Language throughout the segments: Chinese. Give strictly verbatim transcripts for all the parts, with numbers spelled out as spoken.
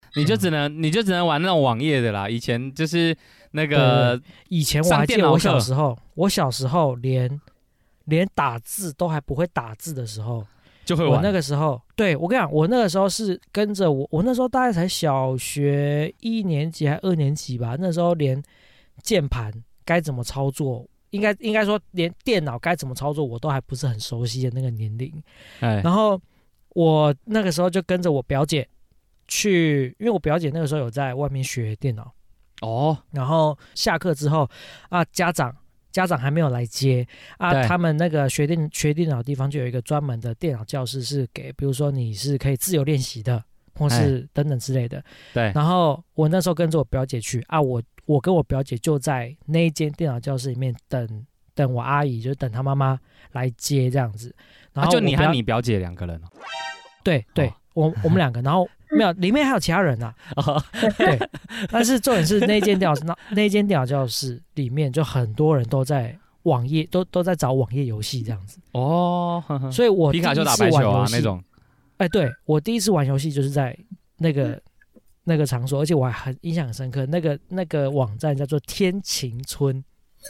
你就只能你就只能玩那种网页的啦。以前就是那个， 对以前我还记得我小时候，我小时候连连打字都还不会打字的时候， 就会玩。 我那个时候，对我跟你讲，我那个时候是跟着我，我那时候大概才小学一年级还二年级吧，那时候连键盘该怎么操作。应该应该说，连电脑该怎么操作，我都还不是很熟悉的那个年龄。 哎， 然后我那个时候就跟着我表姐去，因为我表姐那个时候有在外面学电脑哦。 然后下课之后啊，家长家长还没有来接啊，他们那个学电学电脑的地方就有一个专门的电脑教室，是给比如说你是可以自由练习的，或是等等之类的。 对。 然后我那时候跟着我表姐去啊，我。我跟我表姐就在那一间电脑教室里面等等我阿姨，就是等她妈妈来接这样子。然后、 啊、就你和你表姐两个人哦？ 对对，哦、我我们两个，然后没有，里面还有其他人啊。对，但是重点是那间电脑那那间电脑教室里面就很多人都在网页都都在找网页游戏这样子哦。 所以我皮卡丘打排球啊那种。 哎，对我第一次玩游戏就是在那个。那个场所，而且我还很印象很深刻，那个那个网站叫做天晴村，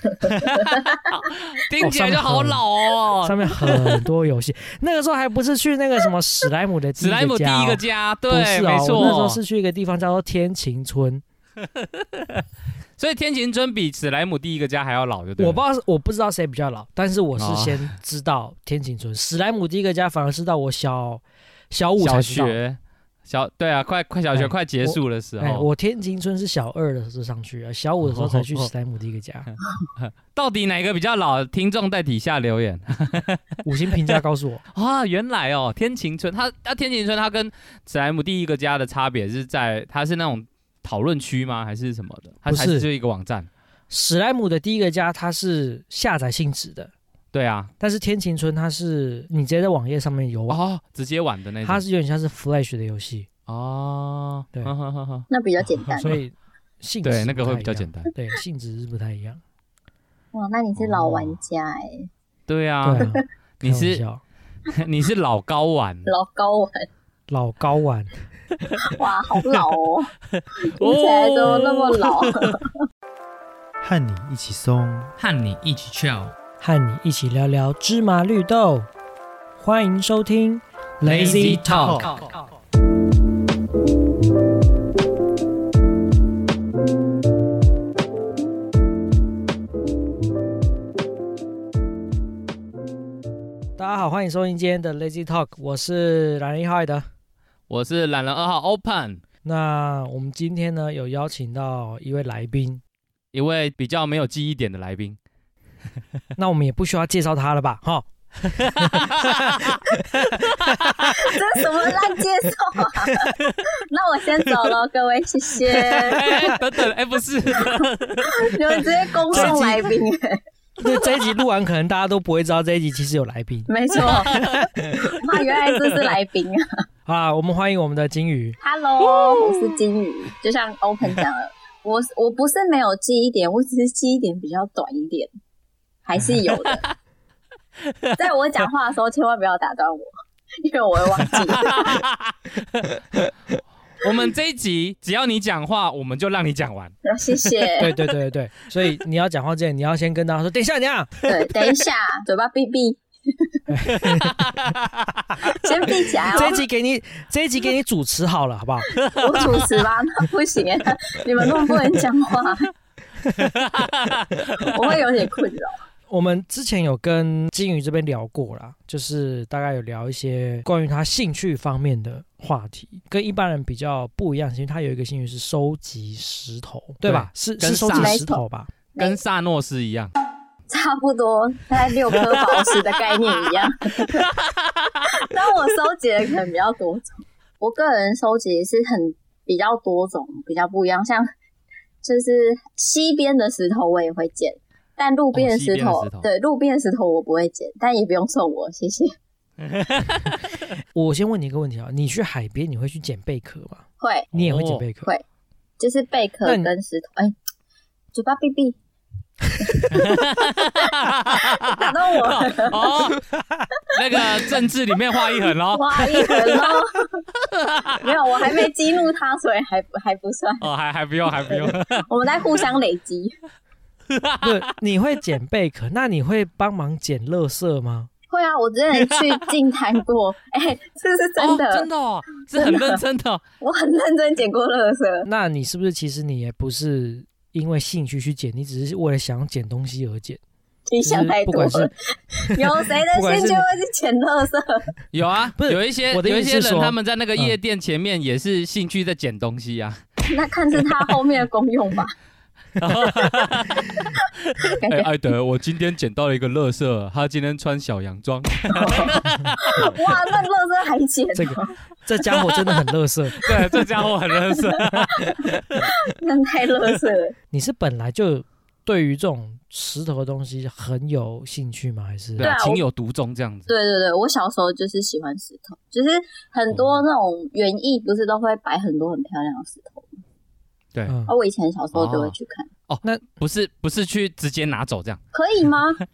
听起来就好老哦。 上面很多游戏，那个时候还不是去那个什么史莱姆的第一个家、哦， 史莱姆第一个家，对， 不是、哦、 没错。 那时候是去一个地方叫做天晴村， 所以天晴村比史莱姆第一个家还要老，就对了。 我不知道，我不知道谁比较老，但是我是先知道天晴村，史莱姆第一个家反而是到我小小五才知道。 小学。小对啊，快快小学快结束的时候， 哎，我天晴村是小二的时候上去，小五的时候才去史莱姆第一个家。 到底哪个比较老？听众在底下留言， 五星评价告诉我。 啊，原来哦，天晴村，它它天晴村它跟史莱姆第一个家的差别是在，它是那种讨论区吗？还是什么的？它还是就一个网站。 史莱姆的第一个家它是下载性质的。 对啊， 但是天晴村它是你直接在网页上面游玩哦，直接玩的那种， 它是有点像是 Flash 的游戏哦。 对， 呵呵呵那比较简单， 所以性质对那个会比较简单， 对，性质是不太一样。 哇，那你是老玩家哎、欸哦？ 对啊，对啊你是你是老高玩， 老高玩， 老高玩， 哇，好老哦，听起来怎么那么老？ 和你一起松， 和你一起跳。 和你一起聊聊芝麻绿豆，欢迎收听 Lazy Talk。大家好，欢迎收听今天的 Lazy Talk， 我是懒人一号艾德， 我是懒人二号 Open。 那我们今天呢有邀请到一位来宾， 一位比较没有记忆点的来宾。 那我们也不需要介绍他了吧？哈， 这是什么烂介绍啊？那我先走了，各位，谢谢。 哎，等等，哎，不是， 你们直接公送来宾哎。 对，这一集录完，可能大家都不会知道这一集其实有来宾。 没错，哇，原来这是来宾啊！ 好啦，我们欢迎我们的金鱼。 Hello， 我是金鱼，就像 Open 讲的，我我不是没有记忆点，我只是记忆点比较短一点。还是有的，在我讲话的时候千万不要打断我，因为我会忘记。我们这一集只要你讲话，我们就让你讲完。 谢谢。 对对对对，所以你要讲话之前，你要先跟大家说，等一下，等一下。 对，等一下，嘴巴闭闭。先闭起来哦。 这一集给你，这一集给你主持好了，好不好？ 我主持吧，那不行，你们都不能讲话，我会有点困扰。 我们之前有跟金鱼这边聊过啦，就是大概有聊一些关于他兴趣方面的话题，跟一般人比较不一样，因为他有一个兴趣是收集石头，对吧？是是收集石头吧？ 跟萨诺斯一样， 差不多，大概六颗宝石的概念一样。但我收集的可能比较多种，我个人收集是很比较多种，比较不一样，像就是溪边的石头我也会捡。但路边的石头，哦、石头对路边的石头我不会捡，但也不用送我，谢谢。 我先问你一个问题啊，你去海边你会去捡贝壳吗？ 会， 你也会捡贝壳？ 会，就是贝壳跟石头。哎、欸，嘴巴闭闭。 打到我哦哦，那个政治里面画一横咯， 画一横咯。没有，我还没激怒他，所以还还不算。 哦，还还不用，还不用。 我们在互相累积。 对，你会捡贝壳，那你会帮忙捡垃圾吗？ 会啊，我之前去净滩过，哎、欸，这是真的， 哦、真的、哦，是很认真的、哦。 我很认真捡过垃圾。 那你是不是其实你也不是因为兴趣去捡，你只是为了想捡东西而捡？ 你想太多了。有谁的兴趣会去捡垃圾？ 有啊，不是有一些我的有一些人他们在那个夜嗯、 店前面也是兴趣在捡东西啊。 那看是他后面的功用吧。 哎、欸，艾德，我今天捡到了一个垃圾，他今天穿小洋装。 哇，那垃圾还捡、喔？ 这个这家伙真的很垃圾。 对，这家伙很垃圾。 那太垃圾了。 你是本来就对于这种石头的东西很有兴趣吗？还是对啊，情有独钟这样子？ 对对对，我小时候就是喜欢石头，就是很多那种园艺不是都会摆很多很漂亮的石头吗？ 对， 嗯、我以前小时候就会去看。 哦，那不是不是去直接拿走这样？ 可以吗？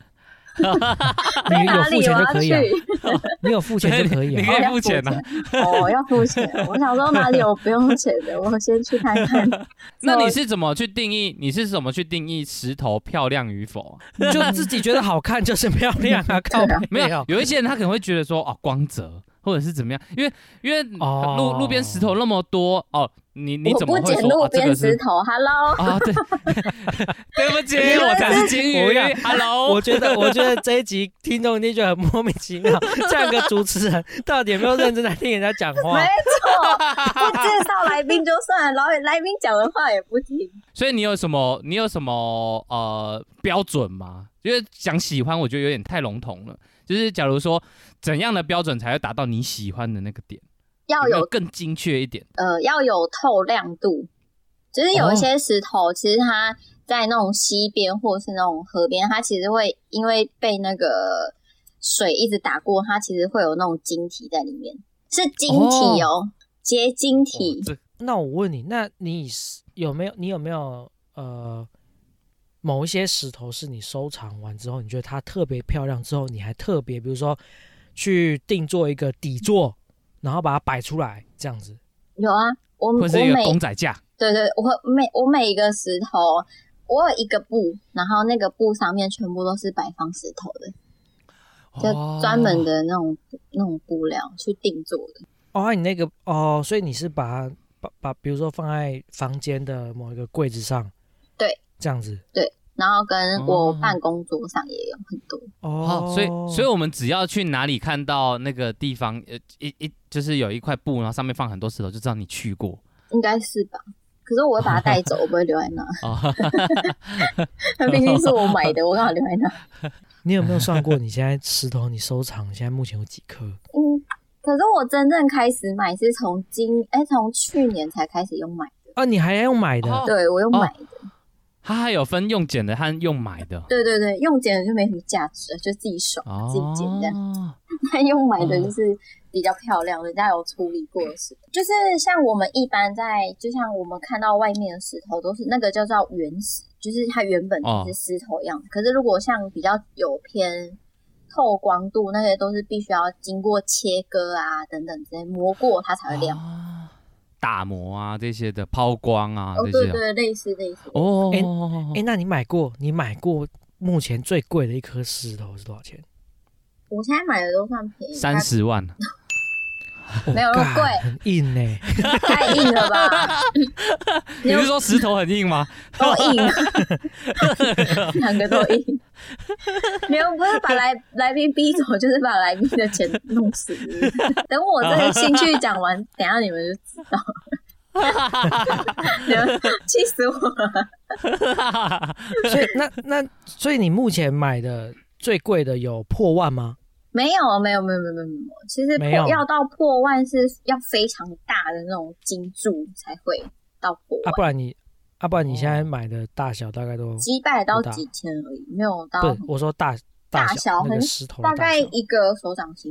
你有付钱就可以啊，你有付钱就可以啊， 你可以付钱啊。 哦，要付钱。我想说哪里有不用钱的，我先去看看。 那你是怎么去定义？你是怎么去定义石头漂亮与否？ 就自己觉得好看就是漂亮啊，靠！ 没有，有一些人他可能会觉得说，哦，光泽或者是怎么样，因为因为路、哦、路边石头那么多哦。你你怎么会说？ 我不捡路边石头、啊、，Hello。 啊，对，对不起，我才是金鱼。Hello， 我觉得我觉得这一集听众一定觉得很莫名其妙，这样一个主持人到底有没有认真在听人家讲话？ 没错，不介绍来宾就算了，来宾讲的话也不听。 所以你有什么？你有什么呃标准吗？因为讲喜欢，我觉得有点太笼统了。就是假如说怎样的标准才会达到你喜欢的那个点？ 要有, 有, 有更精确一点， 呃，要有透亮度。就是有一些石头，哦、其实它在那种溪边或是那种河边，它其实会因为被那个水一直打过，它其实会有那种晶体在里面，是晶体哦，哦结晶体、 哦。那我问你，那你有没有你有没有呃某一些石头是你收藏完之后，你觉得它特别漂亮之后，你还特别比如说去定做一个底座？然后把它摆出来，这样子有啊，我或是一个公仔架。 对对，我每我每一个石头，我有一个布，然后那个布上面全部都是摆放石头的，就专门的那种、哦、那种布料去定做的。 哦，你那个哦，所以你是把把把，比如说放在房间的某一个柜子上， 对， 这样子， 对。然后跟我办公桌上也有很多哦，所以所以我们只要去哪里看到那个地方，呃，一一就是有一块布，然后上面放很多石头，就知道你去过， 应该是吧？可是我会把它带走，我不会留在那。那毕竟是我买的，我刚好留在那。 你有没有算过你现在石头你收藏现在目前有几颗？ 嗯，可是我真正开始买是从今哎从去年才开始用买的。 哦，你还要用买的？ 哦、 对，我用买的。 哦它还有分用捡的和用买的。 对对对，用捡的就没什么价值了，就自己爽、哦、自己捡这样。但用买的就是比较漂亮，人家有处理过的石头。就是像我们一般在，就像我们看到外面的石头，都是那个叫做原石，就是它原本就是石头样子。哦、可是如果像比较有偏透光度，那些都是必须要经过切割啊等等之类磨过，它才会亮。哦打磨啊，这些的抛光啊， 哦，对对，类似类似。 哦，哎、欸欸，那你买过？你买过目前最贵的一颗石头是多少钱？ 我现在买的都算便宜， 三十万。 没有那么贵， 很硬呢、欸， 太硬了吧？ 你是说石頭很硬吗？ 都硬，两个都硬。你又不是把来来宾逼走，就是把来宾的钱弄死。等我这个兴趣讲完，等一下你们就知道了。你们气死我了！ 所以那那所以你目前买的最贵的有破万吗？ 没有，没有，没有，没有，没有。其实破要到破万是要非常大的那种金柱才会到破万。 啊，不然你啊，不然你现在买的大小大概都几百到几千而已，没有到。 不，我说大大小很那个石头大概一个手掌心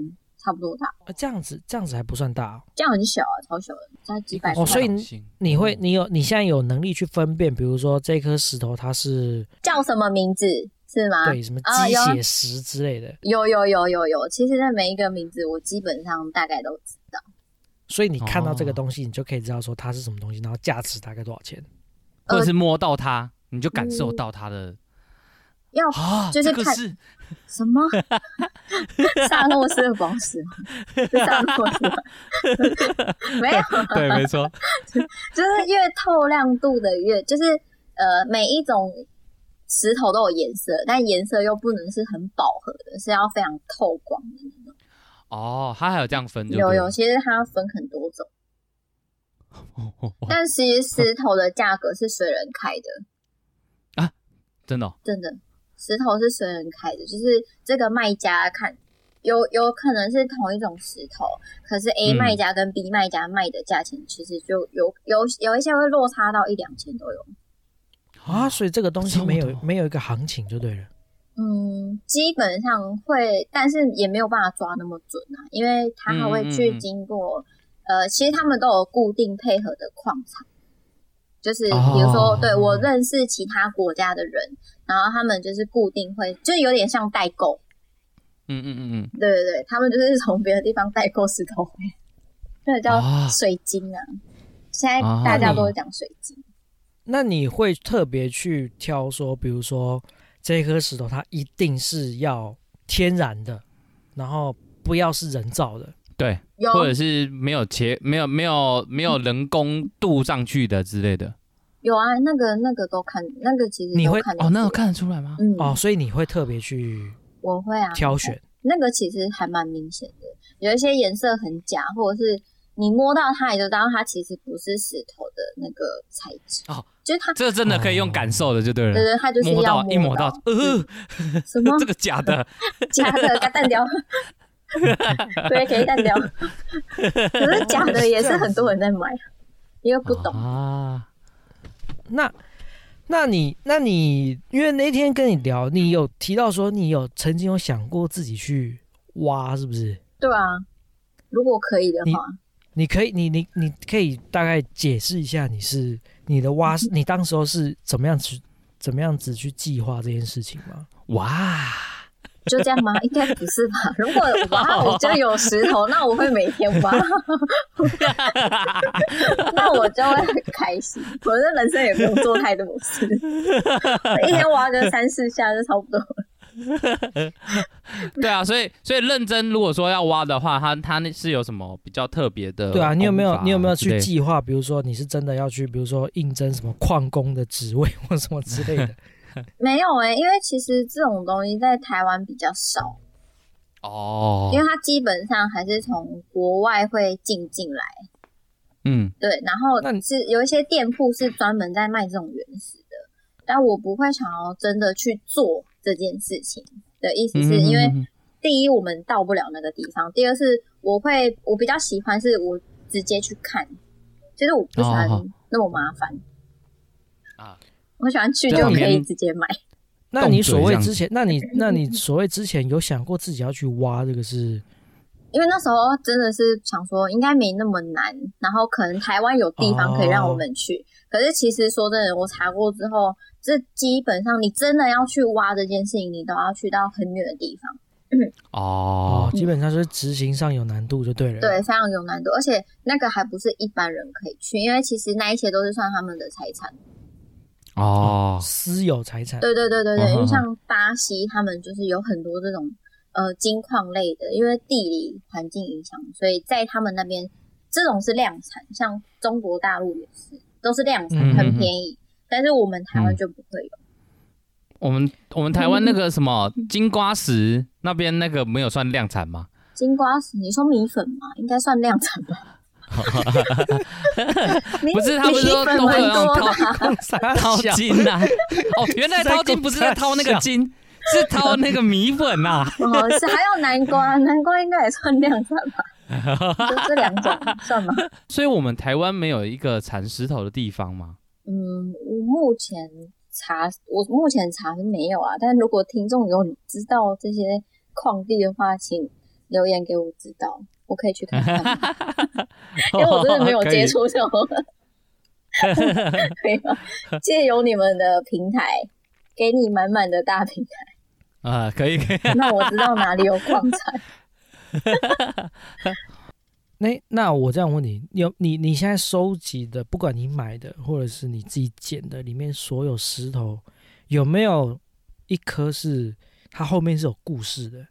差不多大。 呃这样子这样子还不算大、哦、 这样很小啊，超小的，才几百块。 哦，所以你会你有你现在有能力去分辨，比如说这颗石头它是叫什么名字是吗？ 对，什么鸡血石之类的、啊、 有有有有有，其实那每一个名字我基本上大概都知道。 所以你看到这个东西，你就可以知道说它是什么东西，然后价值大概多少钱， 或者是摸到它，你就感受到它的。 要、 啊、 就是看、 这个是什么萨诺斯的宝石吗？是萨诺斯吗？没有， 对，没错， 就是越透亮度的越，就是呃每一种石头都有颜色，但颜色又不能是很饱和的，是要非常透光的那种。 哦，它还有这样分就对了， 有有，其实它分很多种，但其实石头的价格是随人开的啊，真的、哦、 真的。石头是随人开的，就是这个卖家看有有可能是同一种石头，可是 A 卖家跟 B 卖家卖的价钱其实就有有有一些会落差到一两千都有啊，所以这个东西没有没有一个行情就对了。 嗯，基本上会，但是也没有办法抓那么准啊，因为他还会去经过、嗯嗯、呃，其实他们都有固定配合的矿场。就是比如说、哦、对我认识其他国家的人，然后他们就是固定会就是有点像代购， 嗯嗯嗯嗯， 对对对，他们就是从别的地方代购石头回来，那个叫水晶啊，现在大家都会讲水晶、啊、 那你会特别去挑说比如说这颗石头它一定是要天然的，然后不要是人造的， 对，或者是没有切没有没有没有人工镀上去的之类的。 有啊，那个那个都看，那个其实你会都看得出来哦，那个看得出来吗？ 嗯，哦，所以你会特别去， 我会啊， 挑选那个其实还蛮明显的，有一些颜色很假，或者是你摸到它你就知道它其实不是石头的那个材质哦，就是它这个真的可以用感受的就对了， 对对，它就是要摸到一摸到，呃， 什么这个假的， 假的，给淡掉。对，可以淡掉。可是假的也是很多人在买，因为不懂啊。那，那你，那你，因为那天跟你聊，你有提到说你有曾经有想过自己去挖，是不是？ 对啊，如果可以的话， 你，你可以，你你你可以大概解释一下，你是你的挖，你当时候是怎么样去怎么样子去计划这件事情吗？ 哇！ 就这样吗？应该不是吧？如果挖我就有石头，那我会每天挖，那我就会很开心。我的人生也不用做太多事，一天挖个三四下就差不多了。 对啊，所以所以认真，如果说要挖的话，它它是有什么比较特别的？ 对啊，你有没有你有没有去计划？比如说你是真的要去，比如说应征什么矿工的职位或什么之类的。 没有欸，因为其实这种东西在台湾比较少哦， 因为它基本上还是从国外会进进来， 嗯， 对，然后是有一些店铺是专门在卖这种原石的，但我不会想要真的去做这件事情的意思是因为第一我们到不了那个地方，第二是我会我比较喜欢是我直接去看，其实我不喜欢那么麻烦啊。我喜欢去就可以直接买。 那你所谓之前，那你那你所谓之前有想过自己要去挖这个是？ 因为那时候真的是想说应该没那么难，然后可能台湾有地方可以让我们去。哦、可是其实说真的，我查过之后，这基本上你真的要去挖这件事情，你都要去到很远的地方。 嗯、哦，基本上是执行上有难度就对了。 对，非常有难度，而且那个还不是一般人可以去，因为其实那一些都是算他们的财产。 哦，私有财产。 对对对对对，因为像巴西他们就是有很多这种呃金矿类的，因为地理环境影响，所以在他们那边这种是量产，像中国大陆也是都是量产，很便宜，嗯、但是我们台湾就不会有。 我们我们台湾那个什么金瓜石那边那个没有算量产吗？ 金瓜石，你说米粉吗？应该算量产吧。 不是，他们说都会有那种掏掏金啊！哦，原来掏金不是在掏那个金，是掏那个米粉啊！ 哦，是还有南瓜，南瓜应该也算量产吧？就这两种算吗？ 所以我们台湾没有一个产石头的地方吗？ 嗯，我目前查，我目前查是没有啊。但如果听众有知道这些矿地的话，请留言给我知道，我可以去看看因为我真的没有接触这种没有借由你们的平台给你满满的大平台啊，可以可以那我知道哪里有矿产那那我这样问你，有你你现在收集的，不管你买的或者是你自己捡的，里面所有石头，有没有一颗是它后面是有故事的？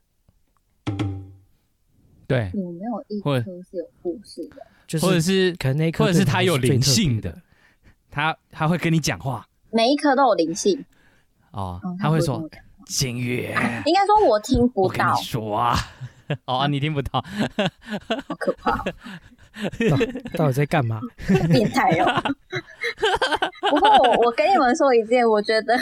对， 有没有一颗是有故事的？ 就是或者是可能那一颗或者是它有灵性的， 它它会跟你讲话， 每一颗都有灵性哦， 哦他会说星月， 应该说我听不到。 我跟你说啊，哦，你听不到， 好可怕、哦到，到底在干嘛？ 变态哦！不过我我跟你们说一件我觉得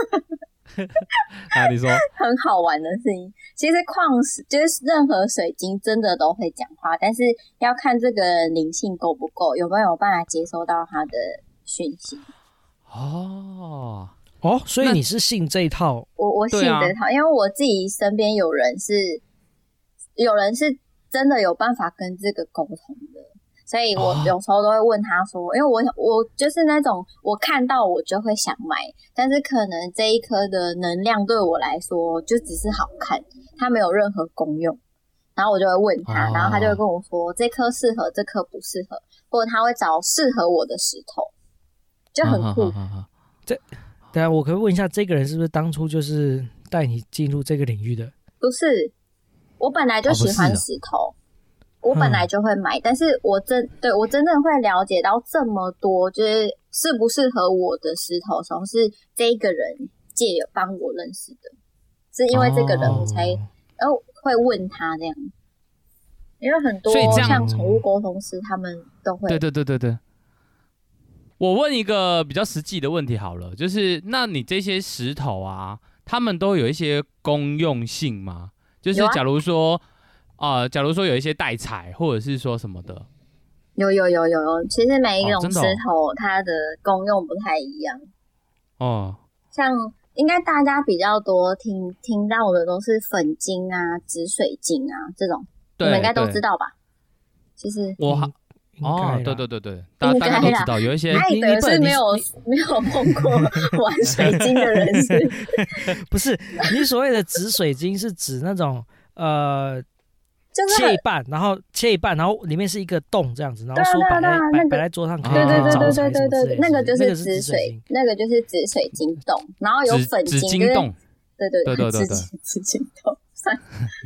啊，你说很好玩的事情。其实矿石就是任何水晶真的都会讲话，但是要看这个人灵性够不够，有没有办法接收到他的讯息。 哦哦，所以你是信这一套？ 我我信这一套、啊，因为我自己身边有人是有人是真的有办法跟这个沟通的。所以我有时候都会问他说、哦、因为我我就是那种我看到我就会想买，但是可能这一颗的能量对我来说就只是好看，它没有任何功用，然后我就会问他、哦、然后他就会跟我说这颗适合，这颗不适合，或者他会找适合我的石头，就很酷、 啊啊啊啊、 这等一下我可以问一下，这个人是不是当初就是带你进入这个领域的？ 不是，我本来就喜欢石头、哦我本来就会买、嗯、但是我真对我真正会了解到这么多就是适不适合我的石头的时候，是这一个人借帮我认识的，是因为这个人我才、哦呃、会问他这样，因为很多像宠物沟通师他们都会。 对对对对对。我问一个比较实际的问题好了，就是那你这些石头啊，他们都有一些公用性吗？就是假如说啊、呃，假如说有一些带彩，或者是说什么的， 有有有有有，其实每一种石头它的功用不太一样。 哦， 像应该大家比较多听听到的都是粉晶啊、紫水晶啊这种，你们应该都知道吧？其实我哦，对对对对，大大家都知道，有一些艾德是没有没有碰过玩水晶的人是， 不是？你所谓的紫水晶是指那种呃。 就是切一半，然后切一半，然后里面是一个洞这样子，然后说摆在、 那个、 摆在桌上可以对对对对对对对对，那个就是紫水， 那个就是紫水晶洞，然后有粉晶， 紫晶洞， 对对对对对对， 紫晶洞算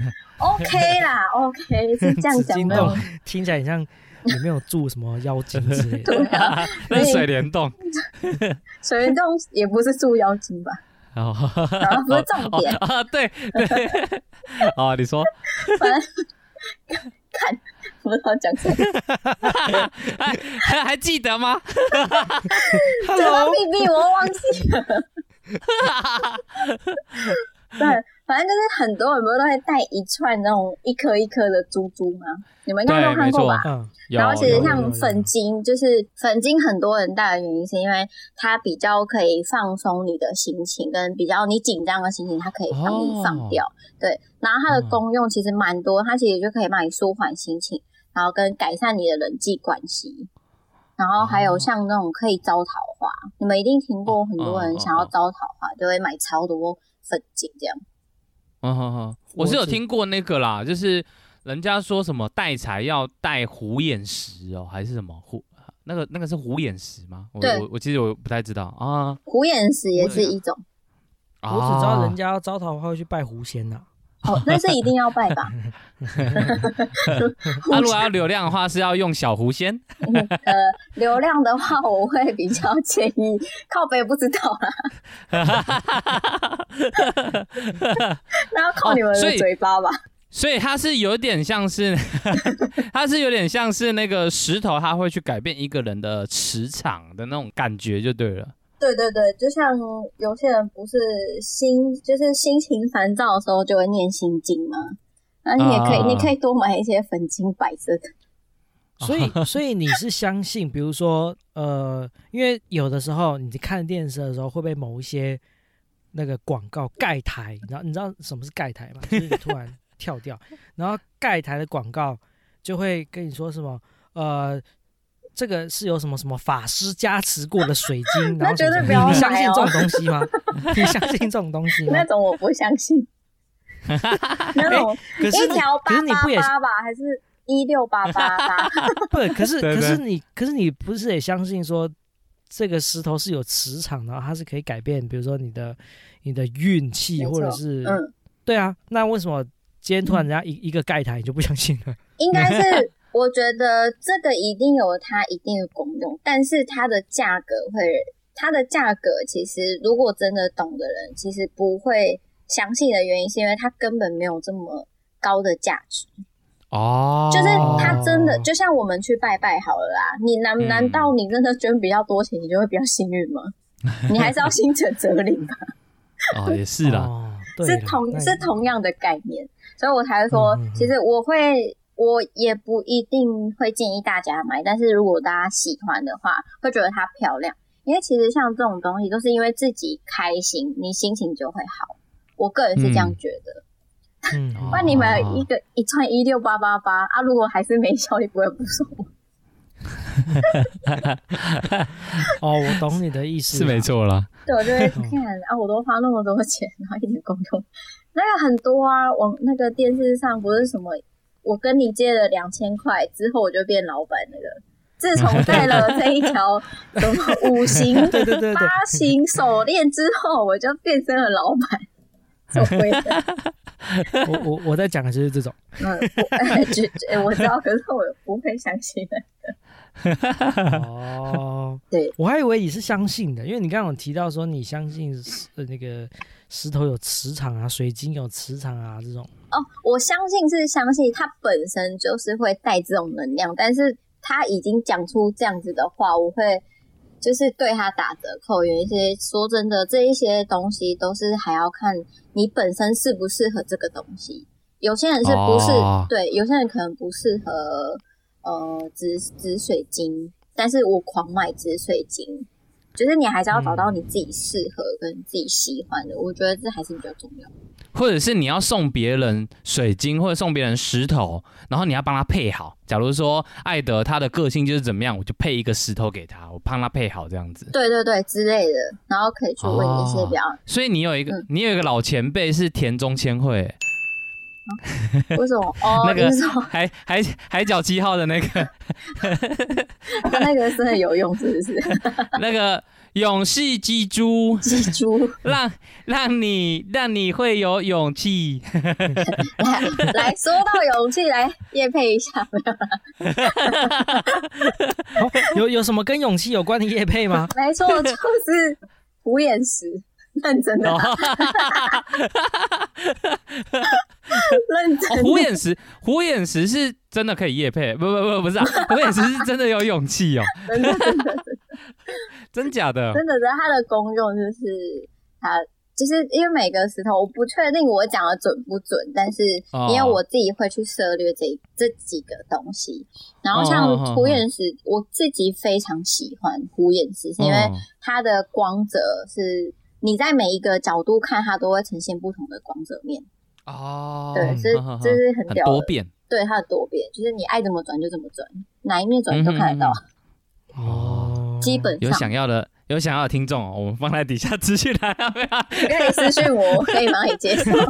OK 啦 ，OK 是这样讲的， 听起来很像里面有住什么妖精之类的， 对啊， 那水帘洞， 水帘洞也不是住妖精吧？ 哦， 然后不是重点啊，对对，啊，你说， 反正。看，不知道讲什么， 还还记得吗？ 对啊，B B 我忘记了。对，反正就是很多人不是都会带一串那种一颗一颗的珠珠吗？你们应该都看过吧？ 嗯、 然后其实像粉晶，就是粉晶，很多人带的原因是因为它比较可以放松你的心情，跟比较你紧张的心情，它可以帮你放掉。哦、对，然后它的功用其实蛮多，它其实就可以帮你舒缓心情，然后跟改善你的人际关系。然后还有像那种可以招桃花，哦、你们一定听过很多人想要招桃花，哦、就会买超多粉晶这样。 嗯哼哼，我是有听过那个啦，就是人家说什么带财要带虎眼石哦，还是什么虎那个那个是虎眼石吗？我我我其实我不太知道啊。 虎眼石也是一种， 我只知道人家要招桃花会去拜狐仙呐、啊。 哦，那是一定要拜吧？ 那、啊、如果要流量的话，是要用小狐仙。 嗯、呃，流量的话，我会比较建议靠北不知道啦。那要靠你们的嘴巴吧。 哦、所, 以所以它是有点像是，它是有点像是那个石头，它会去改变一个人的磁场的那种感觉，就对了。 对对对，就像有些人不是心，就是心情烦躁的时候就会念心经嘛，那你也可以，啊、你可以多买一些粉晶白色的。 所以，所以你是相信，比如说，呃，因为有的时候你看电视的时候会被某一些那个广告盖台，你知道你知道什么是盖台吗？就是突然跳掉，然后盖台的广告就会跟你说什么呃。这个是有什么什么法师加持过的水晶，然后什么什么，你相信这种东西吗？你相信这种东西吗？ 那种我不相信。那种一条八八八吧，还是一六八八八？ 不，可是可是你可是你不是也相信说这个石头是有磁场的，它是可以改变，比如说你的你的运气，或者是嗯，对啊，那为什么今天突然人家一、嗯、一个盖台你就不相信了？ 应该是。我觉得这个一定有它一定的功用，但是它的价格会，它的价格其实如果真的懂的人，其实不会相信的原因，是因为它根本没有这么高的价值。哦，就是它真的就像我们去拜拜好了啦，你难、嗯、难道你真的捐比较多钱，你就会比较幸运吗？你还是要心诚则灵吧。 哦，也是啦， 哦、 是同是同样的概念，所以我才会说，嗯、其实我会。我也不一定会建议大家买，但是如果大家喜欢的话，会觉得它漂亮。因为其实像这种东西都是因为自己开心，你心情就会好。我个人是这样觉得。嗯，不然你买一个一串一六八八八啊，如果还是没效，你不会不爽吗？ 哦，我懂你的意思， 是没错啦。 对，我就会看啊，我都花那么多钱，然后一点功用，那个很多啊。往那个电视上不是什么。我跟你借了两千块之后，我就变老板那个。自从戴了这一条什么五行八型手链之后，我就变成了老板。走回的。 我我我在讲的就是这种。 嗯，我我知道，可是我不会相信的。 哦， 对， 我还以为你是相信的，因为你刚刚有提到说你相信呃那个石头有磁场啊，水晶有磁场啊这种。 哦，我相信是相信它本身就是会带这种能量，但是他已经讲出这样子的话，我会就是对他打折扣。有一些说真的，这一些东西都是还要看你本身适不适合这个东西。有些人是不是、哦、对，有些人可能不适合呃紫紫水晶，但是我狂买紫水晶。就是你还是要找到你自己适合跟自己喜欢的、嗯、我觉得这还是比较重要。 或者是你要送别人水晶或者送别人石头，然后你要帮他配好。假如说艾德他的个性就是怎么样，我就配一个石头给他，我帮他配好这样子。 对对对，之类的，然后可以去问一些比较、哦、 所以你有一个、嗯、你有一个老前辈是田中千惠、欸啊、为什么？哦， 那个海海海角七号的那个他那个真的有用是不是？ 那个勇气鸡猪， 鸡猪， 让让你让你会有勇气。 来, 来说到勇气，来业配一下， 哦、有有什么跟勇气有关的业配吗？ 没错，就是虎眼石，认真的、啊。认真的、 哦，虎眼石，虎眼石是真的可以业配，不不不不是啊，虎眼石是真的有勇气哦， 真的真的真的， 真假的？ 真的，它的功用就是它，就是因为每个石头，我不确定我讲的准不准，但是因为我自己会去涉略这这几个东西，然后像虎眼石，我自己非常喜欢虎眼石，是因为它的光泽是你在每一个角度看，它都会呈现不同的光泽面。哦，对，这这是很屌的， 很多变， 对，它的多变，就是你爱怎么转就怎么转，哪一面转都看得到。 嗯、哦， 基本上有想要的有想要的听众哦，我们放在底下资讯栏要不要？ 你可以私讯我，我可以帮你介绍。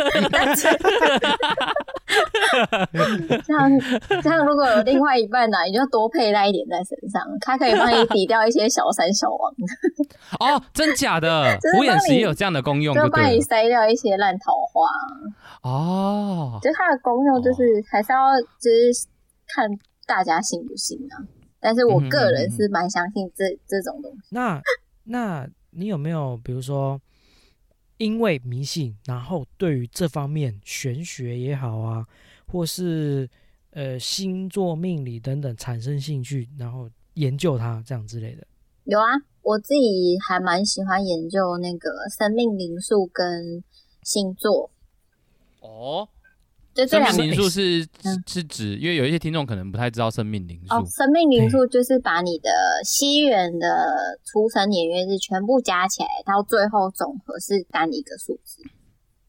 这样这样，如果有另外一半呢、啊，你就多佩戴一点在身上，它可以帮你抵掉一些小三小王。 哦，真假的？虎眼石也有这样的功用， 就帮你筛掉一些烂桃花。 哦， 就它的功用就是、哦、还是要就是看大家信不信啊。但是我个人是蛮相信这、嗯、这种东西。 那那你有没有比如说因为迷信，然后对于这方面玄学也好啊，或是呃星座命理等等产生兴趣，然后研究它这样之类的？ 有啊，我自己还蛮喜欢研究那个生命灵数跟星座。 哦。 生命灵数是、嗯、是指，因为有一些听众可能不太知道生命灵数。 哦，生命灵数就是把你的西元的出生年月日全部加起来，到最后总和是单一个数字。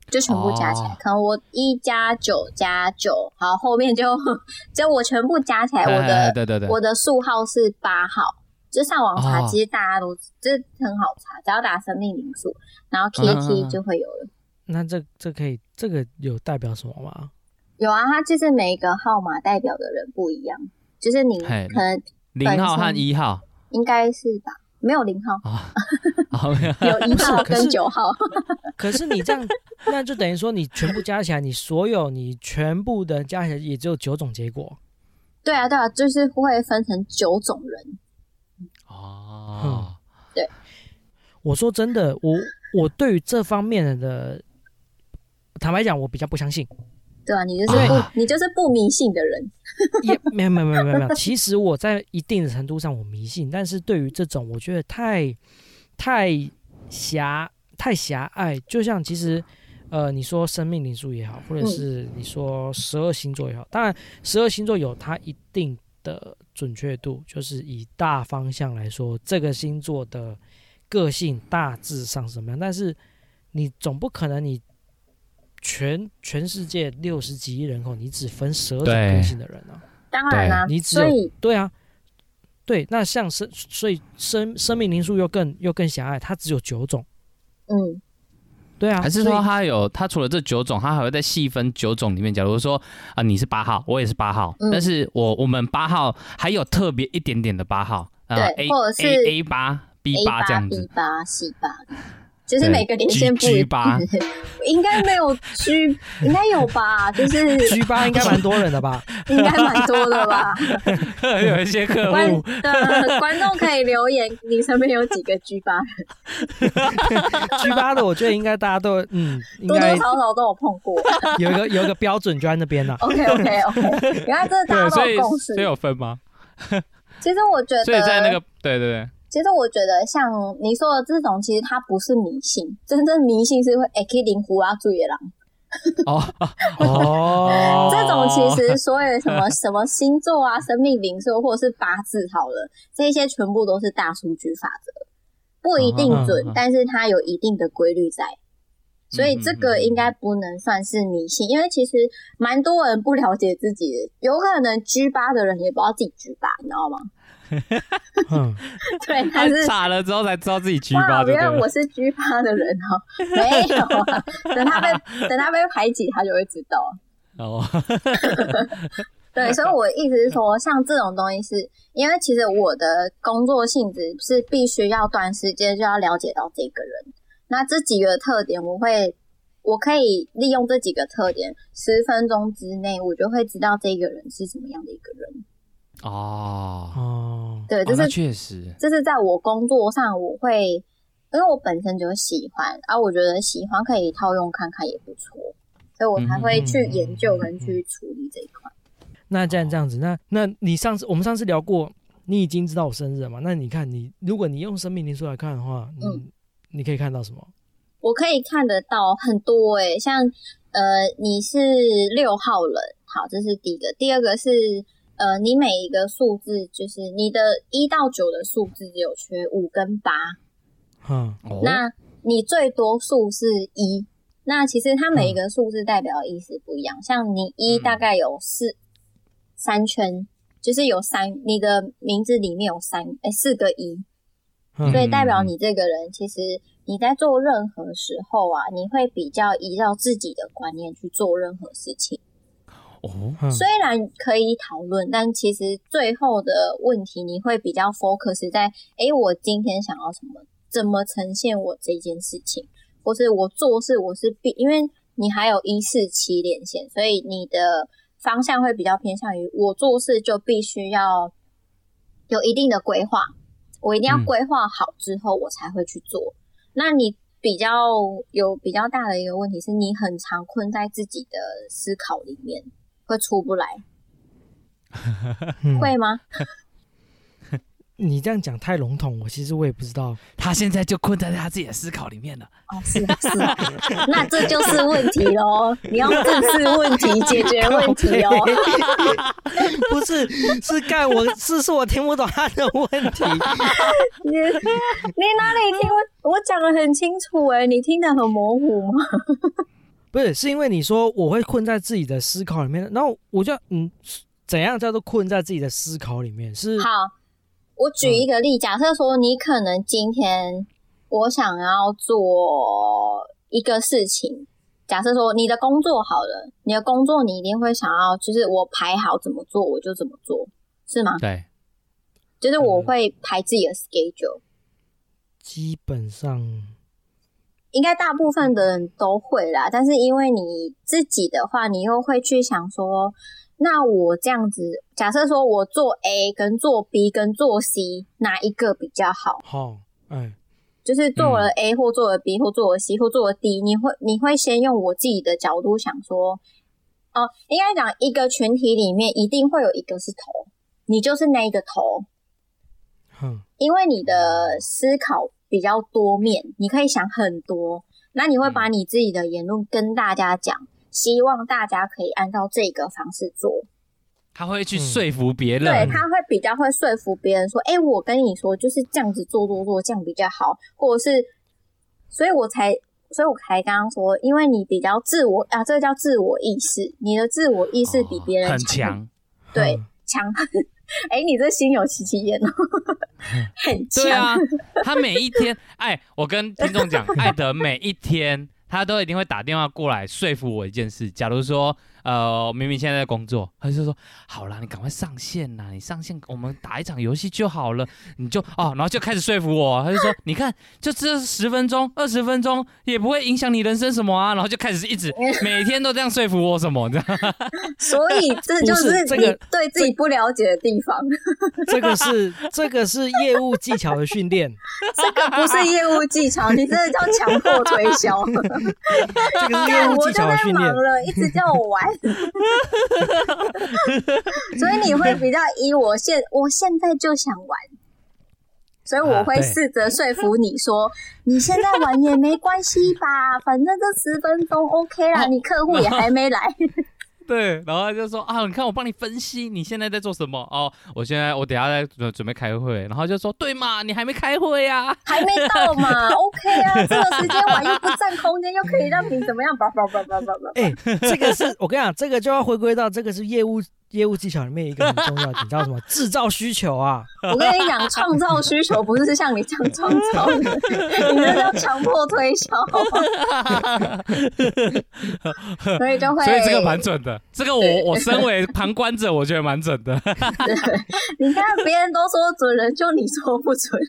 就全部加起来， 哦、 可能我一加九加九，好，后面就就我全部加起来，我的对对对， 我的数号是八号。就上网查， 哦、 其实大家都这很好查，只要打生命灵数，然后 key 一 key 就会有了。嗯、 那这这可以，这个有代表什么吗？ 有啊，它就是每一个号码代表的人不一样，就是你可能零号和一号， 应该是吧？没有零号啊， 有一号跟九号。 可是你这样，那就等于说你全部加起来，你所有你全部的加起来也只有九种结果。 对啊，对啊，就是会分成九种人。 哦、 嗯， 对。 我说真的，我我对于这方面的，坦白讲，我比较不相信。 对啊，你就是不，啊、你就是不迷信的人。 也没有没有没有没有没有，其实我在一定的程度上我迷信，但是对于这种我觉得太太狭太狭隘。就像其实呃，你说生命灵数也好，或者是你说十二星座也好，当然十二星座有它一定的准确度，就是以大方向来说，这个星座的个性大致上是什么样，但是你总不可能你全全世界六十几亿人口，你只分十二种个性的人啊。 当然啦、啊， 你只有对啊，对，那像生所以生生命灵数又更又更狭隘，它只有九种。 嗯， 对啊， 还是说它有它除了这九种，它还会再细分九种里面。假如说啊、呃，你是八号，我也是八号，嗯、但是我我们八号还有特别一点点的八号， 对， 呃、A, 或者是 A A 八 B 八这样子 ，B 八 C 八。就是每个连线不一样，应该没有 G， 应该有吧？就是 G 八应该蛮多人的吧？ 应该蛮多的吧？ 有一些客户的观众可以留言，你身边有几个 G 八人 ？G 八的我觉得应该大家都嗯，应该多多少少都有碰过。 有一个有一个标准就在那边了。 OK OK OK， 原来这大家都有共识， 所以有分吗？ 其实我觉得， 所以在那个对对对。 其实我觉得像你说的这种，其实它不是迷信，真正迷信是会会去灵狐啊注意的人。 哦哦， 这种其实所有什么什么星座啊、生命灵数或者是八字好了，这些全部都是大数据法则，不一定准，哦、但是它有一定的规律在，所以这个应该不能算是迷信，因为其实蛮多人不了解自己的，有可能 G 八的人也不知道自己 G 八，你知道吗？ 嗯， 对，他是查了之后才知道自己 G 八， 原来我是 G 八的人哦，没有啊，等他被等他被排挤，他就会知道。 哦， 对，所以我意思是说，像这种东西是，因为其实我的工作性质是必须要短时间就要了解到这个人，那这几个特点，我会我可以利用这几个特点，十分钟之内，我就会知道这个人是什么样的一个人。 哦哦， 对，这是确实， 这是在我工作上，我会因为我本身就喜欢啊，我觉得喜欢可以套用看看也不错，所以我才会去研究跟去处理这一块。 那这样这样子，那那你上次我们上次聊过，你已经知道我生日了嘛？那你看你，如果你用生命灵数来看的话，嗯，你可以看到什么？ 我可以看得到很多诶、欸，像呃，你是六号人，好，这是第一个，第二个是。呃，你每一个数字就是你的一到九的数字只有缺五跟八， 嗯， 那你最多数是一，那其实它每一个数字代表的意思不一样，嗯、像你一大概有四、嗯、三圈，就是有三，你的名字里面有三诶四个一，嗯、所以代表你这个人其实你在做任何时候啊，你会比较依照自己的观念去做任何事情。 哦， 虽然可以讨论，但其实最后的问题你会比较 focus 在，诶，我今天想要什么，怎么呈现我这件事情，或是我做事我是必，因为你还有一四七连线，所以你的方向会比较偏向于我做事就必须要有一定的规划，我一定要规划好之后我才会去做。嗯、那你比较有比较大的一个问题是你很常困在自己的思考里面。会出不来，会吗？ 你这样讲太笼统，我其实我也不知道。 他现在就困在他自己的思考里面了。 哦，是啊，是啊，那这就是问题咯。你要正视问题，解决问题哦。 不是，是干我是是我听不懂他的问题。 你你哪里听我？我讲得很清楚哎、欸，你听得很模糊吗？ 不是，是因为你说我会困在自己的思考里面，然后我就嗯，怎样叫做困在自己的思考里面？是好，我举一个例，嗯、假设说你可能今天我想要做一个事情，假设说你的工作好了，你的工作你一定会想要，就是我排好怎么做我就怎么做，是吗？ 对， 就是我会排自己的 schedule，、嗯、 基本上。 应该大部分的人都会啦，但是因为你自己的话，你又会去想说，那我这样子，假设说我做 A 跟做 B 跟做 C 哪一个比较好？ 好，哎， 就是做了 A 或做了 B 或做了 C 或做了 D， 你会你会先用我自己的角度想说，哦、呃，应该讲一个群体里面一定会有一个是头，你就是那一个头， 嗯， 因为你的思考比较多面，你可以想很多，那你会把你自己的言论跟大家讲，希望大家可以按照这个方式做。 他会去说服别人， 对，他会比较会说服别人说，哎、欸，我跟你说就是这样子做做做，这样比较好，或者是，所以我才，所以我才刚刚说，因为你比较自我啊，这个叫自我意识，你的自我意识比别人、 哦、很强， 对，强。哎、欸，你这心有戚戚焉哦，很强。 对啊，他每一天，哎，我跟听众讲，艾德每一天他都一定会打电话过来说服我一件事。假如说，呃，明明现在在工作，他就说，好啦，你赶快上线啦，你上线，我们打一场游戏就好了，你就哦，然后就开始说服我，他就说，你看，就这十分钟、二十分钟，也不会影响你人生什么啊，然后就开始一直每天都这样说服我什么，你知道吗？ 所以这就是你对自己不了解的地方。 这个是这个是业务技巧的训练， 这个不是业务技巧，你这个叫强迫推销。 这个是业务技巧的训练。 我就在忙了，一直叫我玩。所以你会比较以我现我现在就想玩，所以我会试着说服你说，啊、你现在玩也没关系吧，反正这十分钟 OK 啦，哦、你客户也还没来。 对，然后他就说啊，你看我帮你分析你现在在做什么哦，我现在我等一下在准备开会，然后就说对嘛，你还没开会啊， 还没到嘛，OK 啊，这个时间玩又不占空间，又可以让你怎么样？叭叭叭叭叭叭。 哎，这个是我跟你讲，这个就要回归到这个是业务业务技巧里面一个很重要的，你知道什么？制造需求啊！ 我跟你讲，创造需求不是像你这样创造的，你这叫强迫推销。所以就会， 所以这个蛮准的。这个我我身为旁观者，我觉得蛮准的。 你看别人都说准了，就你说不准，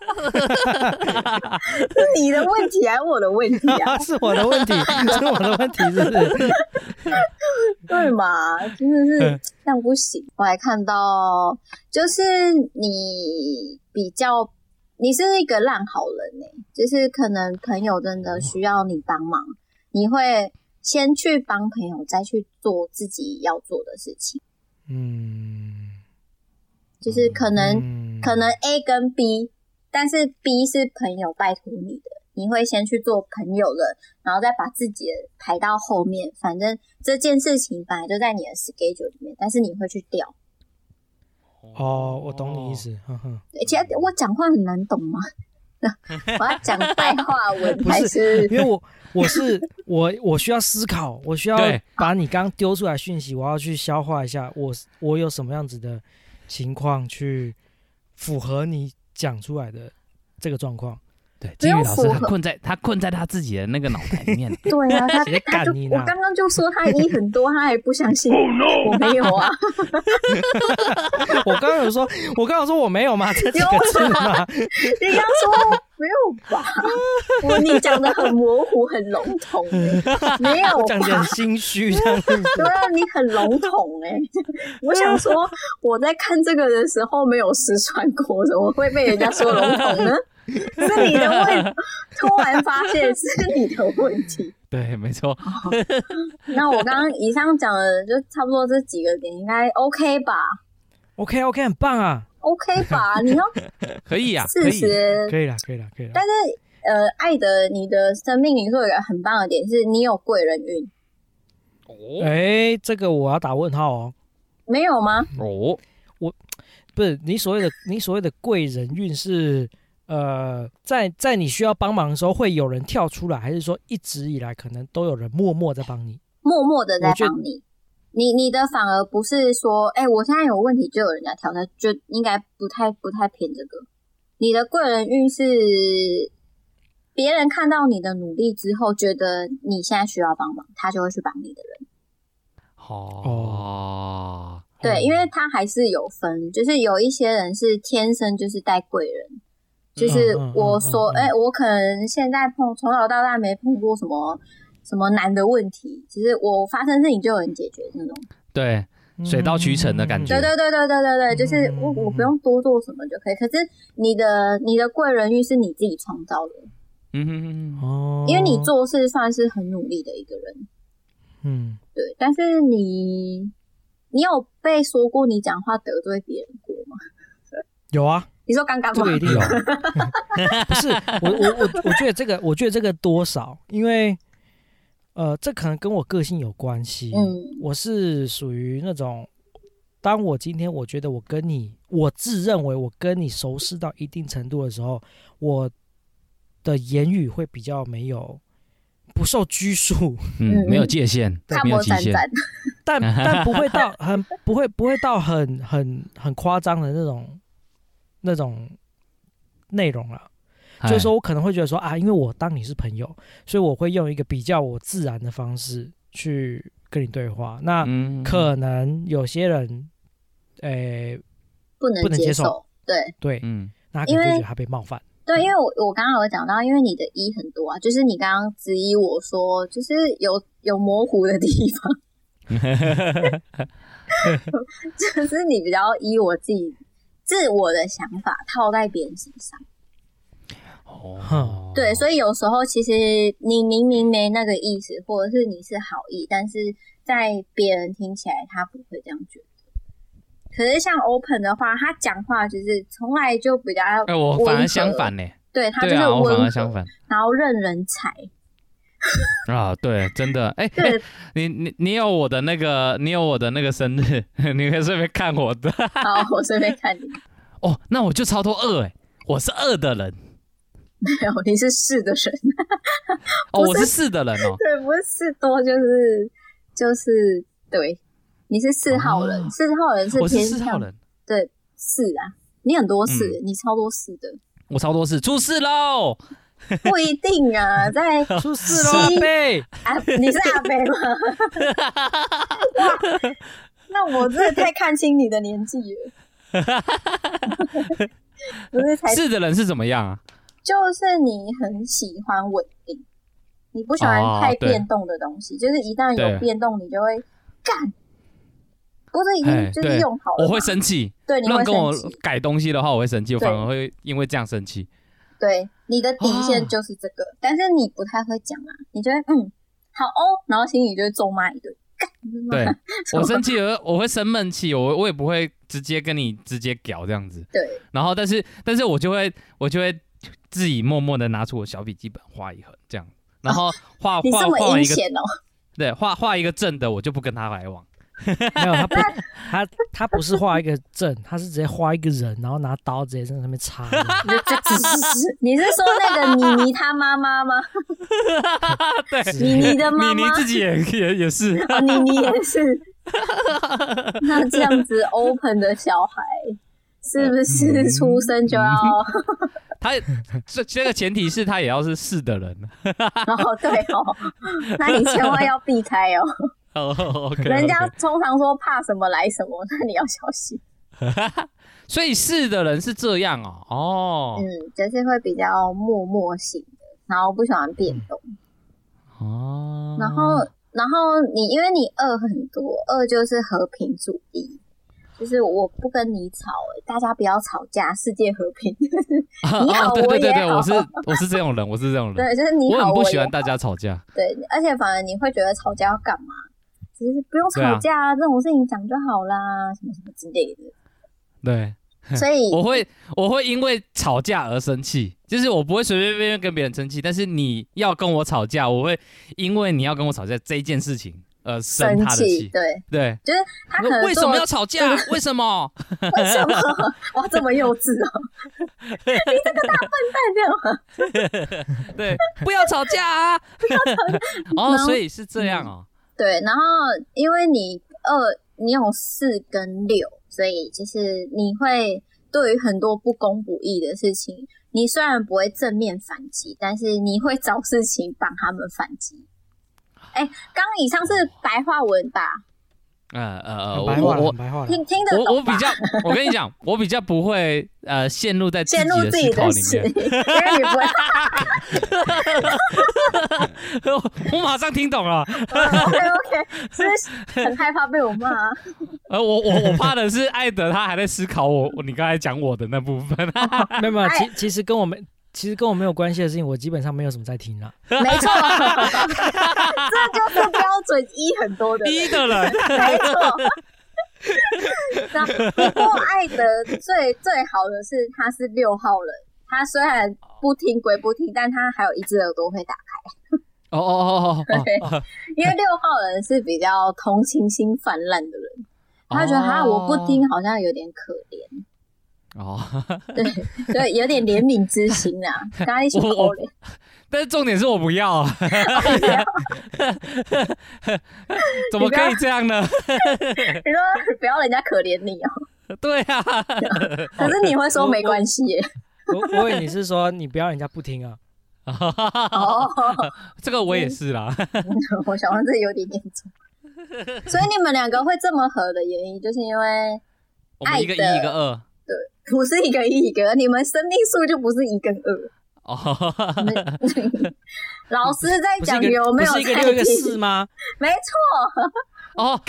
是你的问题还是我的问题啊？ 是我的问题，是我的问题，是不是？ 对嘛，真的是这样不行。我还看到，就是你比较，你是一个烂好人欸，就是可能朋友真的需要你帮忙，你会先去帮朋友，再去做自己要做的事情。嗯，就是可能、嗯、可能 A 跟 B， 但是 B 是朋友拜托你的。你会先去做朋友了，然后再把自己的排到后面。反正这件事情本来就在你的 schedule 里面，但是你会去调。 哦，我懂你意思。呵呵， 其实我讲话很难懂吗？我要讲白话文还是？ 因为我我是我我需要思考，我需要把你刚丢出来讯息，我要去消化一下，我我有什么样子的情况去符合你讲出来的这个状况。 对，金鱼老师他困在他困在他自己的那个脑袋里面。 对啊，他他就我刚刚就说他一很多，他还不相信。Oh, no. 我没有啊。 我刚刚有说，我刚刚说我没有吗？这几个字吗？ 你刚说没有吧？我你讲的很模糊，很笼统、欸，没有吧？ 我讲的很心虚这样子。 对啊，你很笼统哎、欸。我想说，我在看这个的时候没有失传过，怎么会被人家说笼统呢？是你的问题，突然发现是你的问题。 对，没错。 那我刚刚以上讲的就差不多这几个点，应该 OK 吧 ？OK OK， 很棒啊 ！OK 吧？你要可以啊， 事实可以了，可以了，可以了。 但是呃，爱的你的生命灵数有一个很棒的点是，你有贵人运。 哦，哎，这个我要打问号哦。 没有吗？ 哦， 我不是你所谓的你所谓的贵人运是。 呃，在在你需要帮忙的时候，会有人跳出来，还是说一直以来可能都有人默默在帮你？ 默默的在帮你。你你的反而不是说，哎、欸，我现在有问题就有人家跳出来，就应该不太不太偏这个。你的贵人运是别人看到你的努力之后，觉得你现在需要帮忙，他就会去帮你的人。 哦， 对，因为他还是有分，就是有一些人是天生就是带贵人，就是我说，哎、欸，我可能现在碰从小到大没碰过什么什么难的问题，其实我发生事情就有人解决那种。 对，水到渠成的感觉。 对对对对对对对，就是我我不用多做什么就可以。可是你的你的贵人运是你自己创造的， 嗯哼哼哦， 因为你做事算是很努力的一个人。 嗯， 对，但是你你有被说过你讲话得罪别人过吗？ 有啊， 你说刚刚吗？ 这个一定有。不是我我我我觉得这个我觉得这个多少，因为呃，这可能跟我个性有关系。嗯，我是属于那种，当我今天我觉得我跟你，我自认为我跟你熟识到一定程度的时候，我的言语会比较没有。不受拘束， 嗯，没有界限，没有极限， 但但不会到很不会不会到很很很夸张的那种那种内容了。就是说我可能会觉得说啊，因为我当你是朋友，所以我会用一个比较我自然的方式去跟你对话。那可能有些人，诶、欸， 不能不能接受， 对对，嗯，那可能就觉得他被冒犯。 对，因为我我刚刚有讲到，因为你的一很多啊，就是你刚刚质疑我说，就是有有模糊的地方，就是你比较依我自己自我的想法套在别人身上。 哦， 对，所以有时候其实你明明没那个意思，或者是你是好意，但是在别人听起来他不会这样觉得。可是像 Open 的话，他讲话就是从来就比较温和， 哎、欸，我反而相反呢、欸。 对，他就是温和， 啊、我反而相反， 然后任人踩。 啊，对，真的，哎、欸欸，你你你有我的那个，你有我的那个生日，你可以顺便看我的。 好，我顺便看你。 哦，那我就超多二哎、欸，我是二的人。 没有，你是四的人。 哦，我是四的人哦。 对，不是四多，就是就是对。你是四号人，四、哦、号人是偏向， 我是四号人， 对，四啊，你很多四、嗯，你超多四的， 我超多四，出事喽！ 不一定啊，在出事喽，阿伯啊，你是阿伯吗？哇，那我真的太看清你的年纪了。不是才四的人是怎么样啊？ 就是你很喜欢稳定，你不喜欢太变动的东西，哦、就是一旦有变动，你就会干。不是已经就是用好了， 我会生气。 对，你会生气。 跟我改东西的话，我会生气，我反而会因为这样生气。 对，你的底线就是这个，哦、但是你不太会讲啊，你就会嗯好哦，然后心里就会咒骂一顿。 对，我生气了，我会生闷气，我我也不会直接跟你直接屌这样子。 对， 然后但是但是我就会我就会自己默默的拿出我小笔记本画一横这样，然后画画画一个哦， 对，画画一个正的，我就不跟他来往。 没有，他不，他他不是画一个正，他是直接画一个人，然后拿刀直接在上面插。 你是说那个妮妮他妈妈吗？ 对， 妮妮的妈妈， 妮妮自己也也也是， 哦，妮妮也是。那这样子 ，Open 的小孩是不是出生就要？嗯、 他这这个前提是他也要是是的人。 哦，对哦，那你千万要避开哦。 Oh, okay, 人家通常说怕什么来什么，那你要小心。 所以是的人是这样哦，哦， 嗯，就是会比较默默型的，然后不喜欢变动。 哦， 然后，然后你因为你二很多，二就是和平主义，就是我不跟你吵、欸，大家不要吵架，世界和平。你好， 哦、对对对对， 我也好， 我是我是这种人，我是这种人， 对，就是你好， 我很不喜欢大家吵架。 对，而且反而你会觉得吵架要干嘛？只是不用吵架啊，这种事情讲就好啦，什么什么之类的。 对， 所以我会我会因为吵架而生气，就是我不会随随便便跟别人生气，但是你要跟我吵架，我会因为你要跟我吵架这一件事情， 呃生他的气， 对对， 就是他可能为什么要吵架？为什么？ 为什么？哇，这么幼稚哦！你这个大笨蛋，这样吗？ 对，不要吵架啊！不要吵架。哦，所以是这样哦。 对，然后因为你二，你有四跟六，所以就是你会对于很多不公不义的事情，你虽然不会正面反击，但是你会找事情帮他们反击。哎，刚以上是白话文吧？ 呃呃， 白话我我听听得懂吧？ 我我比较，我跟你讲，我比较不会呃陷入在自己的思考里面， 因为你不会。 我马上听懂了。 OK OK， 是不是很害怕被我骂？ 呃，我我我怕的是艾德他还在思考我你刚才讲我的那部分。 没有没有，其其实跟我们。其实跟我没有关系的事情，我基本上没有什么在听啦。 没错，这就是标准一很多的人一的人， 没错。不过艾德最最好的是他是六号人，他虽然不听归不听，但他还有一只耳朵会打开。 哦哦哦哦， 对，因为六号人是比较同情心泛滥的人，他觉得哈我不听好像有点可怜。 哦， 对对，有点怜悯之心啊，跟他一起可怜。 但是重点是我不要啊！怎么可以这样呢？ 你说不要人家可怜你哦。 对啊。 可是你会说没关系耶。 我我以为你是说你不要人家不听啊。 哦， 这个我也是啦。 我想问这有点严重。所以你们两个会这么合的原因，就是因为我们一个一一个二。 对，不是一个一一个二，你们生命数就不是一跟二。哦，老师在讲有没有在听？ 不是一个六一个四吗？ 没错。 哦，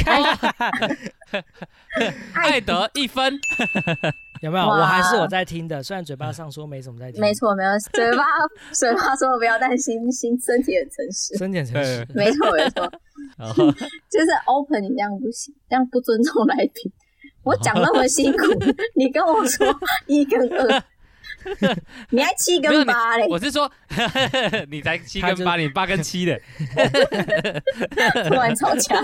艾德一分。 有没有？我还是有在听的，虽然嘴巴上说没什么在听。 没错，没有嘴巴嘴巴说不要，但心心身体很诚实， 身体很诚实。 没错没错，就是 open 你这样不行，这样不尊重来宾。我讲那么辛苦，你跟我说一跟二，你还七跟八嘞？ 我是说，你才七跟八，你八跟七的。 突然吵架，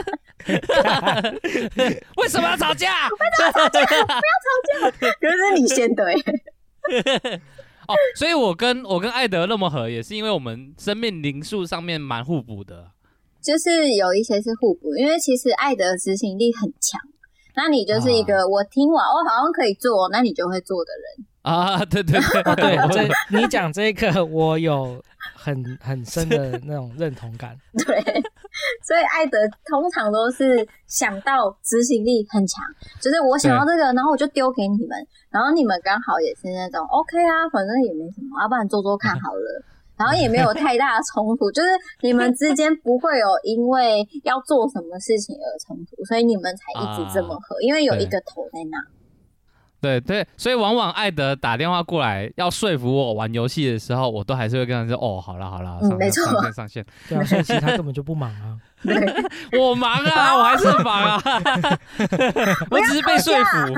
为什么要吵架？ 为什么要吵架？不要吵架！可是你先的哎。哦，所以我跟我跟艾德那么合，也是因为我们生命灵数上面蛮互补的。 就是有一些是互补，因为其实艾德执行力很强。那你就是一个我听完我好像可以做，那你就会做的人啊！对对对， 哦、对，这你讲这个我有很很深的那种认同感。 对，所以艾德通常都是想到执行力很强，就是我想要这个，然后我就丢给你们，然后你们刚好也是那种 OK 啊，反正也没什么，要不然做做看好了。然后也没有太大的冲突，就是你们之间不会有因为要做什么事情而冲突，所以你们才一直这么合，啊、因为有一个头在那。 对对，所以往往艾德打电话过来要说服我玩游戏的时候，我都还是会跟他说：“哦，好啦好啦，上、 嗯、没错， 上线上线。” 对啊，所以其实他根本就不忙啊。 我忙啊，我还是忙啊，我只是被说服。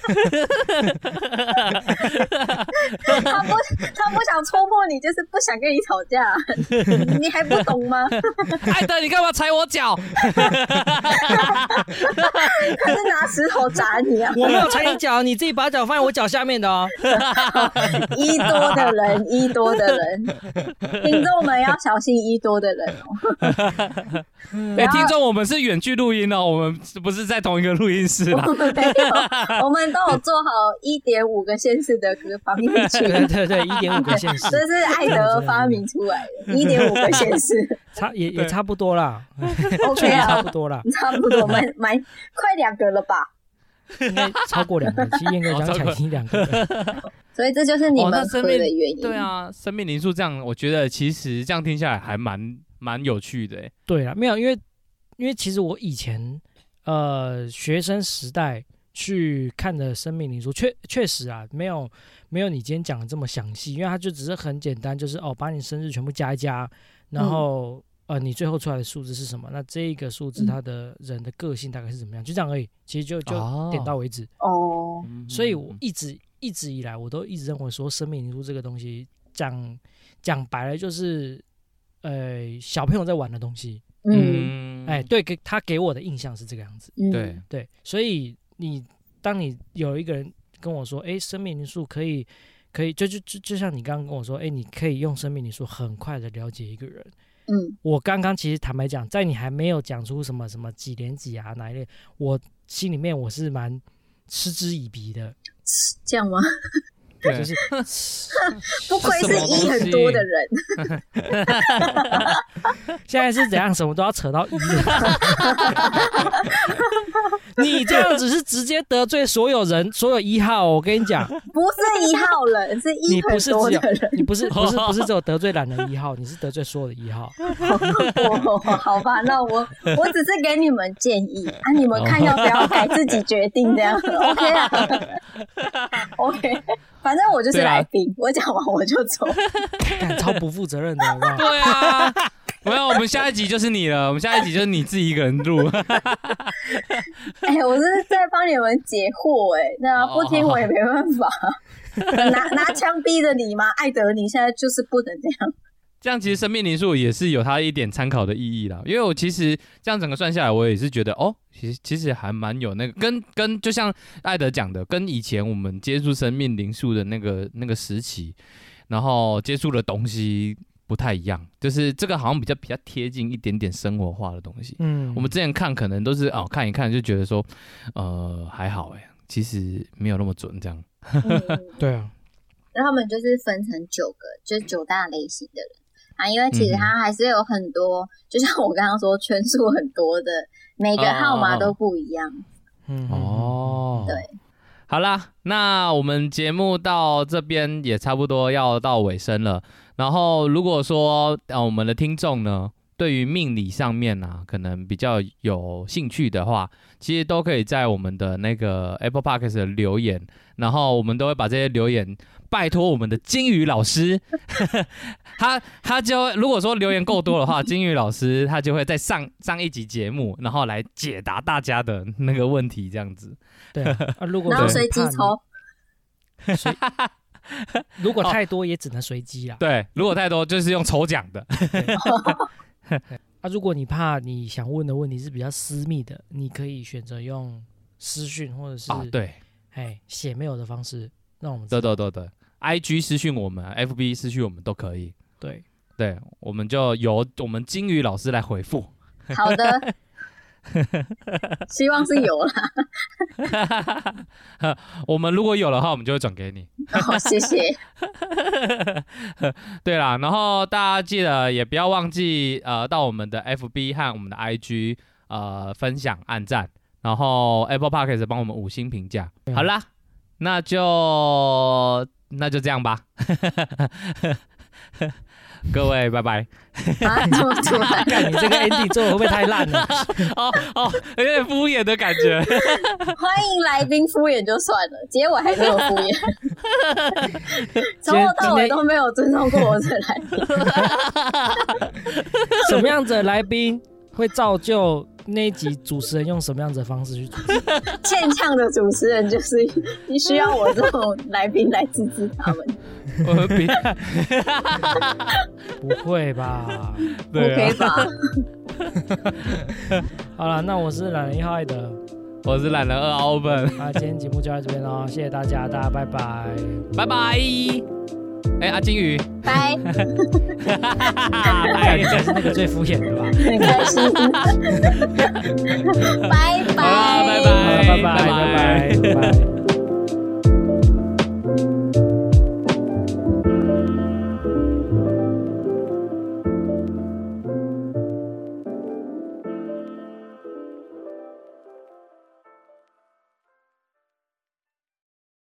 他不，他不想戳破你，就是不想跟你吵架，你还不懂吗？ 艾德，你干嘛踩我脚？ 他是拿石头砸你啊！ 我没有踩你脚，你自己把脚放在我脚下面的哦。 一多的人，一多的人，听众们要小心一多的人哦。 哎、欸，听众，我们是远距录音哦，我们不是在同一个录音室啦。 我们没有，我们都有做好一点五个县市的防疫区。 对对对，一点五个县市， 这是艾德发明出来的，一点五个县市， 差也也差不多啦。 OK 啊， 差不多啦， 差不多，蛮蛮快两个了吧？ 应该超过两个，其实严格讲起来已经两个了。 所以这就是你们合的原因。 哦、对啊，生命灵数这样，我觉得其实这样听下来还蛮蛮有趣的。 对啊，没有，因为因为其实我以前呃学生时代去看的生命灵数，确确实啊，没有没有你今天讲的这么详细，因为它就只是很简单，就是哦把你生日全部加一加，然后、嗯。呃，你最后出来的数字是什么？那这一个数字，它的人的个性大概是怎么样？就这样而已，其实就就点到为止。 哦， 所以我一直一直以来，我都一直认为说，生命灵数这个东西，讲讲白了就是，呃，小朋友在玩的东西。 嗯， 哎，对，给他给我的印象是这个样子。 嗯对， 对，所以你当你有一个人跟我说，哎，生命灵数可以可以，就就就就像你刚刚跟我说，哎，你可以用生命灵数很快的了解一个人。 嗯， 我刚刚其实坦白讲，在你还没有讲出什么什么几年几啊哪一类，我心里面我是蛮嗤之以鼻的。 这样吗？ 对，就是不愧是一很多的人。 现在是怎样，什么都要扯到一了。你这样子是直接得罪所有人，所有一号。我跟你讲， 不是一号人，是一很多的人。 你不是不是不是只有得罪懒人一号，你是得罪所有的一号。 哦，好吧，那我我只是给你们建议啊，你们看要不要改，自己决定这样。OK 啊 ，OK。反正我就是来宾，啊、我讲完我就走， 干超不负责任的，好不好？ 对啊，没有，我们下一集就是你了，我们下一集就是你自己一个人录。 哎、欸，我是在帮你们解惑、欸，哎，那不听我也没办法，拿拿枪逼着你吗？艾德，你现在就是不能这样。 这样其实生命灵数也是有它一点参考的意义啦，因为我其实这样整个算下来，我也是觉得哦，其实其实还蛮有那个跟跟就像艾德讲的，跟以前我们接触生命灵数的那个那个时期，然后接触的东西不太一样，就是这个好像比较比较贴近一点点生活化的东西。嗯，我们之前看可能都是哦看一看就觉得说，呃还好哎，其实没有那么准这样。 嗯、对啊， 那他们就是分成九个，就是九大类型的人。啊，因为其实它还是有很多，嗯、就像我刚刚说，圈数很多的，每个号码都不一样。 嗯哦， 对， 好啦，那我们节目到这边也差不多要到尾声了。然后如果说呃我们的听众呢，对于命理上面啊，可能比较有兴趣的话，其实都可以在我们的那个 Apple Podcast 的留言，然后我们都会把这些留言。拜托我们的金鱼老师，他他就如果说留言够多的话，金鱼老师他就会再上上一集节目，然后来解答大家的那个问题，这样子。 对啊，啊如果然后随机抽， 如果太多也只能随机啦。 对，如果太多就是用抽奖的。 啊，如果你怕你想问的问题是比较私密的，你可以选择用私讯或者是啊对， 哎写 mail 的方式让我们知道。 对对对对。I G 私讯我们 ，F B 私讯我们都可以。 对对，我们就由我们金鱼老师来回复。 好的，希望是有啦。 我们如果有的话，我们就会转给你。 好、哦，谢谢。 对啦，然后大家记得也不要忘记呃，到我们的 F B 和我们的 I G 呃分享、按赞，然后 Apple Podcast 帮我们五星评价。嗯、好啦，那就。那就这样吧，各位拜拜。 啊，这么突然？ 干你这个 ending 做的会不会太烂了？ 哦哦，有点敷衍的感觉。 欢迎来宾敷衍就算了，结尾还是有敷衍，从头到尾都没有尊重过我这来宾。 什么样子的来宾会造就那一集主持人用什么样子的方式去主持？ 欠呛的主持人就是你需要我这种来宾来支持他们。 我比不会吧？ 对、啊、OK 吧？ 好了，那我是懒人一号艾德， 我是懒人二号 Open。 啊，今天节目就到这边喽，谢谢大家，大家拜拜， 拜拜。哎、欸，阿金鱼， 拜。 拜，你才是那个最敷衍的吧？ 很开心。